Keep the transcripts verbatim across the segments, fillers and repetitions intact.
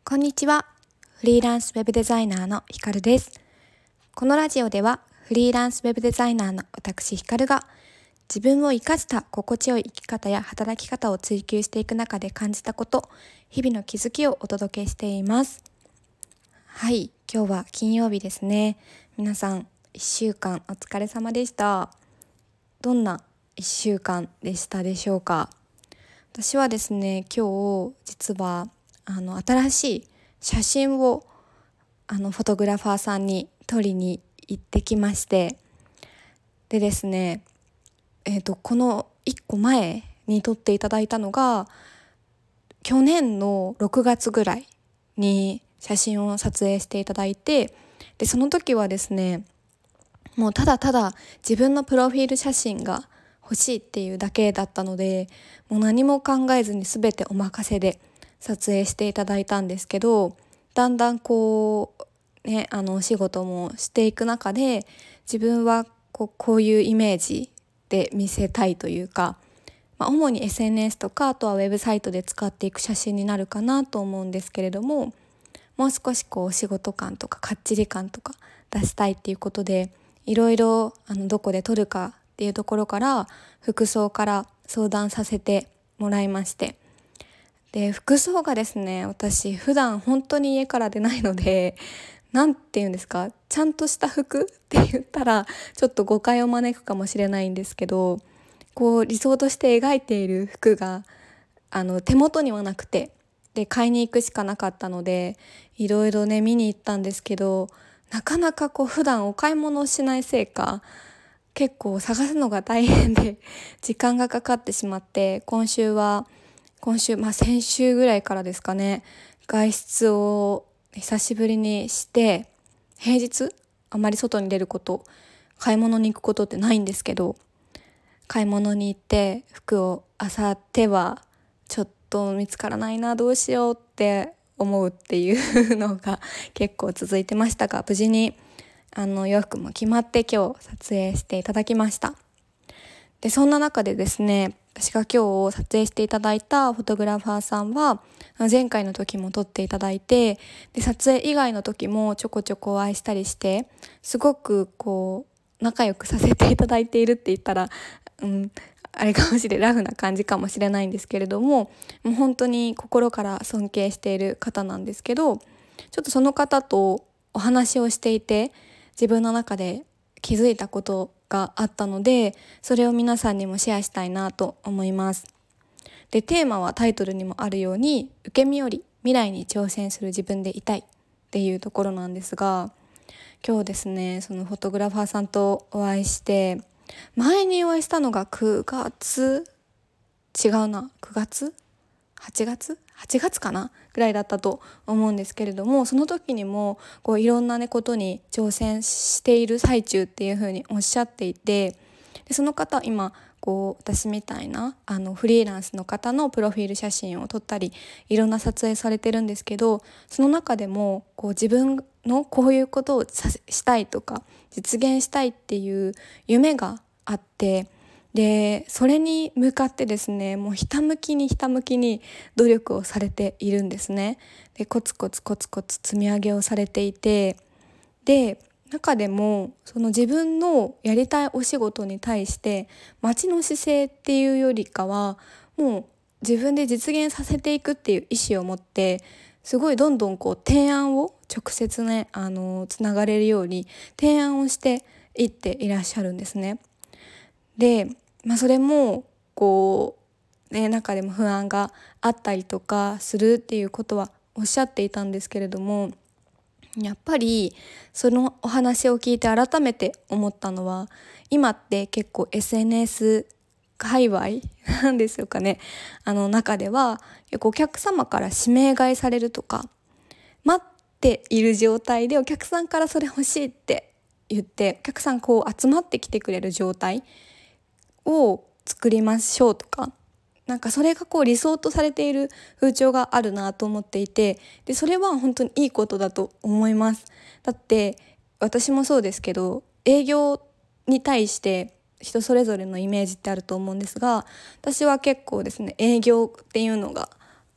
こんにちは。フリーランスウェブデザイナーのひかるです。このラジオではフリーランスウェブデザイナーの私ひかるが自分を生かした心地よい生き方や働き方を追求していく中で感じたこと、日々の気づきをお届けしています。はい、今日は金曜日ですね。皆さんいっしゅうかんお疲れ様でした。どんないっしゅうかんでしたでしょうか。私はですね、今日実はあの新しい写真をあのフォトグラファーさんに撮りに行ってきまして、でですね、えーと、このいっこまえに撮っていただいたのが去年のろくがつぐらいに写真を撮影していただいて、でその時はですね、もうただただ自分のプロフィール写真が欲しいっていうだけだったので、もう何も考えずに全てお任せで撮影していただいたんですけど、だんだんこうね、あのお仕事もしていく中で自分はこう、こういうイメージで見せたいというか、まあ、主に エスエヌエス とかあとはウェブサイトで使っていく写真になるかなと思うんですけれども、もう少しこうお仕事感とかかっちり感とか出したいっていうことで、いろいろあのどこで撮るかっていうところから服装から相談させてもらいまして、で服装がですね、私普段本当に家から出ないので、なんていうんですか、ちゃんとした服って言ったらちょっと誤解を招くかもしれないんですけど、こう理想として描いている服があの手元にはなくて、で買いに行くしかなかったので、いろいろね見に行ったんですけど、なかなかこう普段お買い物をしないせいか結構探すのが大変で時間がかかってしまって、今週は今週、まあ先週ぐらいからですかね、外出を久しぶりにして、平日あまり外に出ること、買い物に行くことってないんですけど、買い物に行って服を漁ってはちょっと見つからないな、どうしようって思うっていうのが結構続いてましたが、無事にあの洋服も決まって今日撮影していただきました。でそんな中でですね、私が今日撮影していただいたフォトグラファーさんは前回の時も撮っていただいて、で撮影以外の時もちょこちょこお会いしたりして、すごくこう仲良くさせていただいているって言ったら、うん、あれかもしれないラフな感じかもしれないんですけれども、もう本当に心から尊敬している方なんですけど、ちょっとその方とお話をしていて自分の中で気づいたことがあったので、それを皆さんにもシェアしたいなと思います。でテーマはタイトルにもあるように、受け身より未来に挑戦する自分でいたいっていうところなんですが、今日ですね、そのフォトグラファーさんとお会いして、前にお会いしたのがくがつ、違うなくがつはちがつはちがつかなぐらいだったと思うんですけれども、その時にもこういろんな、ね、ことに挑戦している最中っていうふうにおっしゃっていて、でその方今こう私みたいなあのフリーランスの方のプロフィール写真を撮ったりいろんな撮影されてるんですけど、その中でもこう自分のこういうことをさしたいとか実現したいっていう夢があって、でそれに向かってですね、もうひたむきにひたむきに努力をされているんですね。でコツコツコツコツ積み上げをされていて、で中でもその自分のやりたいお仕事に対して待ちの姿勢っていうよりかは、もう自分で実現させていくっていう意思を持って、すごいどんどんこう提案を直接ね、あのつながれるように提案をしていっていらっしゃるんですね。で、まあ、それもこう、ね、中でも不安があったりとかするっていうことはおっしゃっていたんですけれども、やっぱりそのお話を聞いて改めて思ったのは、今って結構 エスエヌエス 界隈なんですよかね、あの中では結構お客様から指名買いされるとか、待っている状態でお客さんからそれ欲しいって言ってお客さんこう集まってきてくれる状態を作りましょうとか、なんかそれがこう理想とされている風潮があるなと思っていて、でそれは本当にいいことだと思います。だって私もそうですけど、営業に対して人それぞれのイメージってあると思うんですが、私は結構ですね、営業っていうのが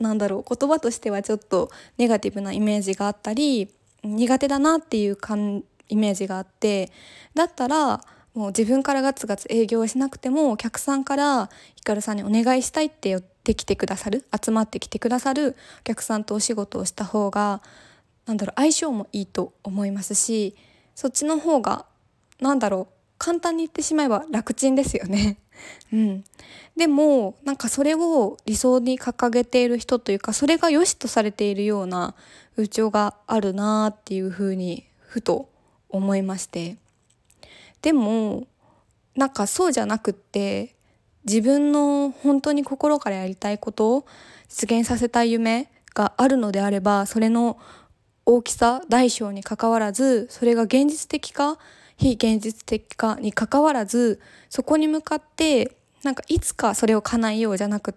なんだろう言葉としてはちょっとネガティブなイメージがあったり苦手だなっていう感イメージがあって、だったらもう自分からガツガツ営業しなくてもお客さんからひかるさんにお願いしたいって言ってきてくださる集まってきてくださるお客さんとお仕事をした方がなんだろう相性もいいと思いますし、そっちの方がなんだろう簡単に言ってしまえば楽ちんですよねうん、でもなんかそれを理想に掲げている人というかそれが良しとされているような風潮があるなっていうふうにふと思いまして、でもなんかそうじゃなくって自分の本当に心からやりたいことを実現させたい夢があるのであれば、それの大きさ大小にかかわらず、それが現実的か非現実的かにかかわらず、そこに向かってなんかいつかそれを叶えようじゃなくって、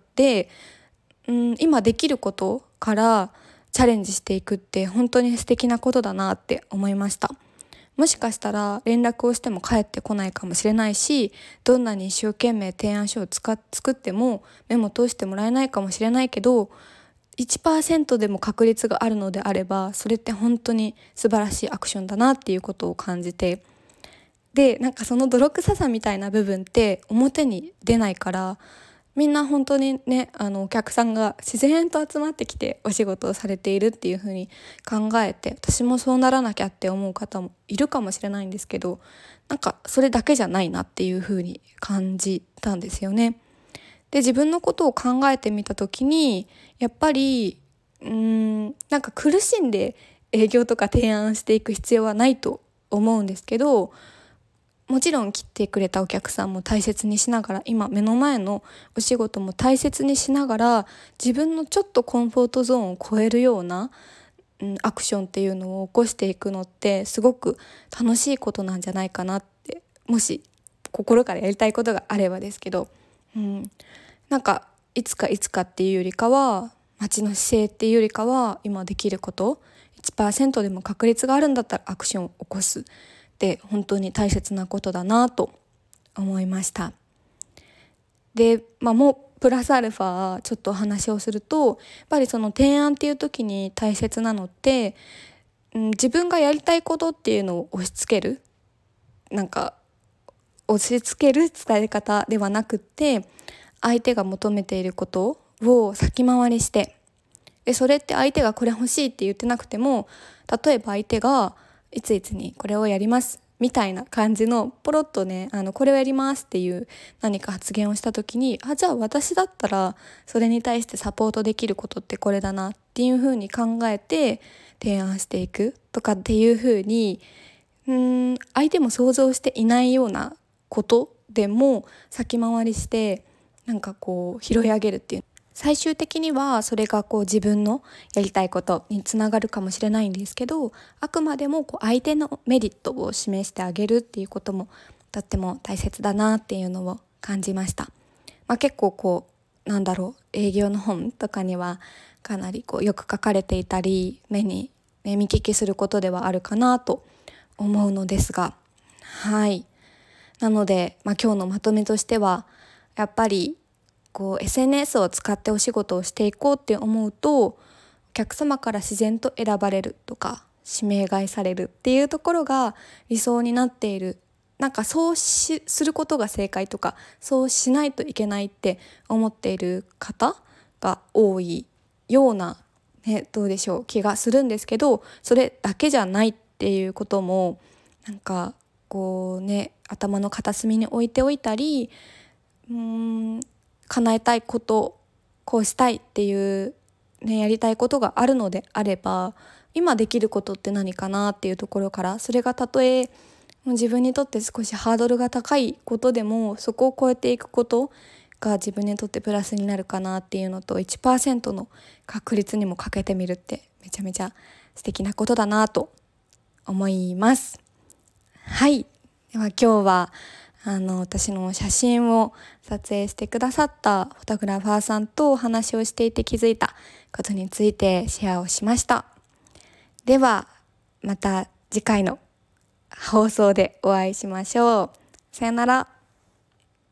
うん、今できることからチャレンジしていくって本当に素敵なことだなって思いました。もしかしたら連絡をしても返ってこないかもしれないし、どんなに一生懸命提案書を使っ作っても目も通してもらえないかもしれないけど、いちパーセント でも確率があるのであれば、それって本当に素晴らしいアクションだなっていうことを感じて、でなんかその泥臭さみたいな部分って表に出ないから、みんな本当にねあのお客さんが自然と集まってきてお仕事をされているっていう風に考えて、私もそうならなきゃって思う方もいるかもしれないんですけど、なんかそれだけじゃないなっていう風に感じたんですよね。で自分のことを考えてみた時にやっぱりうーんなんか苦しんで営業とか提案していく必要はないと思うんですけど、もちろん来てくれたお客さんも大切にしながら、今目の前のお仕事も大切にしながら、自分のちょっとコンフォートゾーンを超えるような、うん、アクションっていうのを起こしていくのってすごく楽しいことなんじゃないかなって、もし心からやりたいことがあればですけど、うん、なんかいつかいつかっていうよりかは待ちの姿勢っていうよりかは今できること いちパーセント でも確率があるんだったらアクションを起こすって本当に大切なことだなと思いました。で、まあ、もうプラスアルファちょっとお話をすると、やっぱりその提案っていう時に大切なのって、うん、自分がやりたいことっていうのを押し付けるなんか押し付ける伝え方ではなくって、相手が求めていることを先回りして、でそれって相手がこれ欲しいって言ってなくても、例えば相手がいついつにこれをやりますみたいな感じのポロッとね、あのこれをやりますっていう何か発言をした時に、あじゃあ私だったらそれに対してサポートできることってこれだなっていうふうに考えて提案していくとかっていうふうに、うーん相手も想像していないようなことでも先回りしてなんかこう拾い上げるっていう、最終的にはそれがこう自分のやりたいことにつながるかもしれないんですけど、あくまでもこう相手のメリットを示してあげるっていうこともとっても大切だなっていうのを感じました。まあ、結構こうなんだろう営業の本とかにはかなりこうよく書かれていたり目に、ね、見聞きすることではあるかなと思うのですが、はいなので、まあ、今日のまとめとしてはやっぱりこう エスエヌエス を使ってお仕事をしていこうって思うと、お客様から自然と選ばれるとか指名買いされるっていうところが理想になっている。なんかそうしすることが正解とか、そうしないといけないって思っている方が多いような、ね、どうでしょう気がするんですけど、それだけじゃないっていうこともなんかこうね頭の片隅に置いておいたり、うーん叶えたいこと、こうしたいっていう、ね、やりたいことがあるのであれば、今できることって何かなっていうところから、それがたとえ自分にとって少しハードルが高いことでもそこを超えていくことが自分にとってプラスになるかなっていうのと、 いちパーセント の確率にもかけてみるってめちゃめちゃ素敵なことだなと思います。はい、では今日はあの私の写真を撮影してくださったフォトグラファーさんとお話をしていて気づいたことについてシェアをしました。ではまた次回の放送でお会いしましょう。さよなら。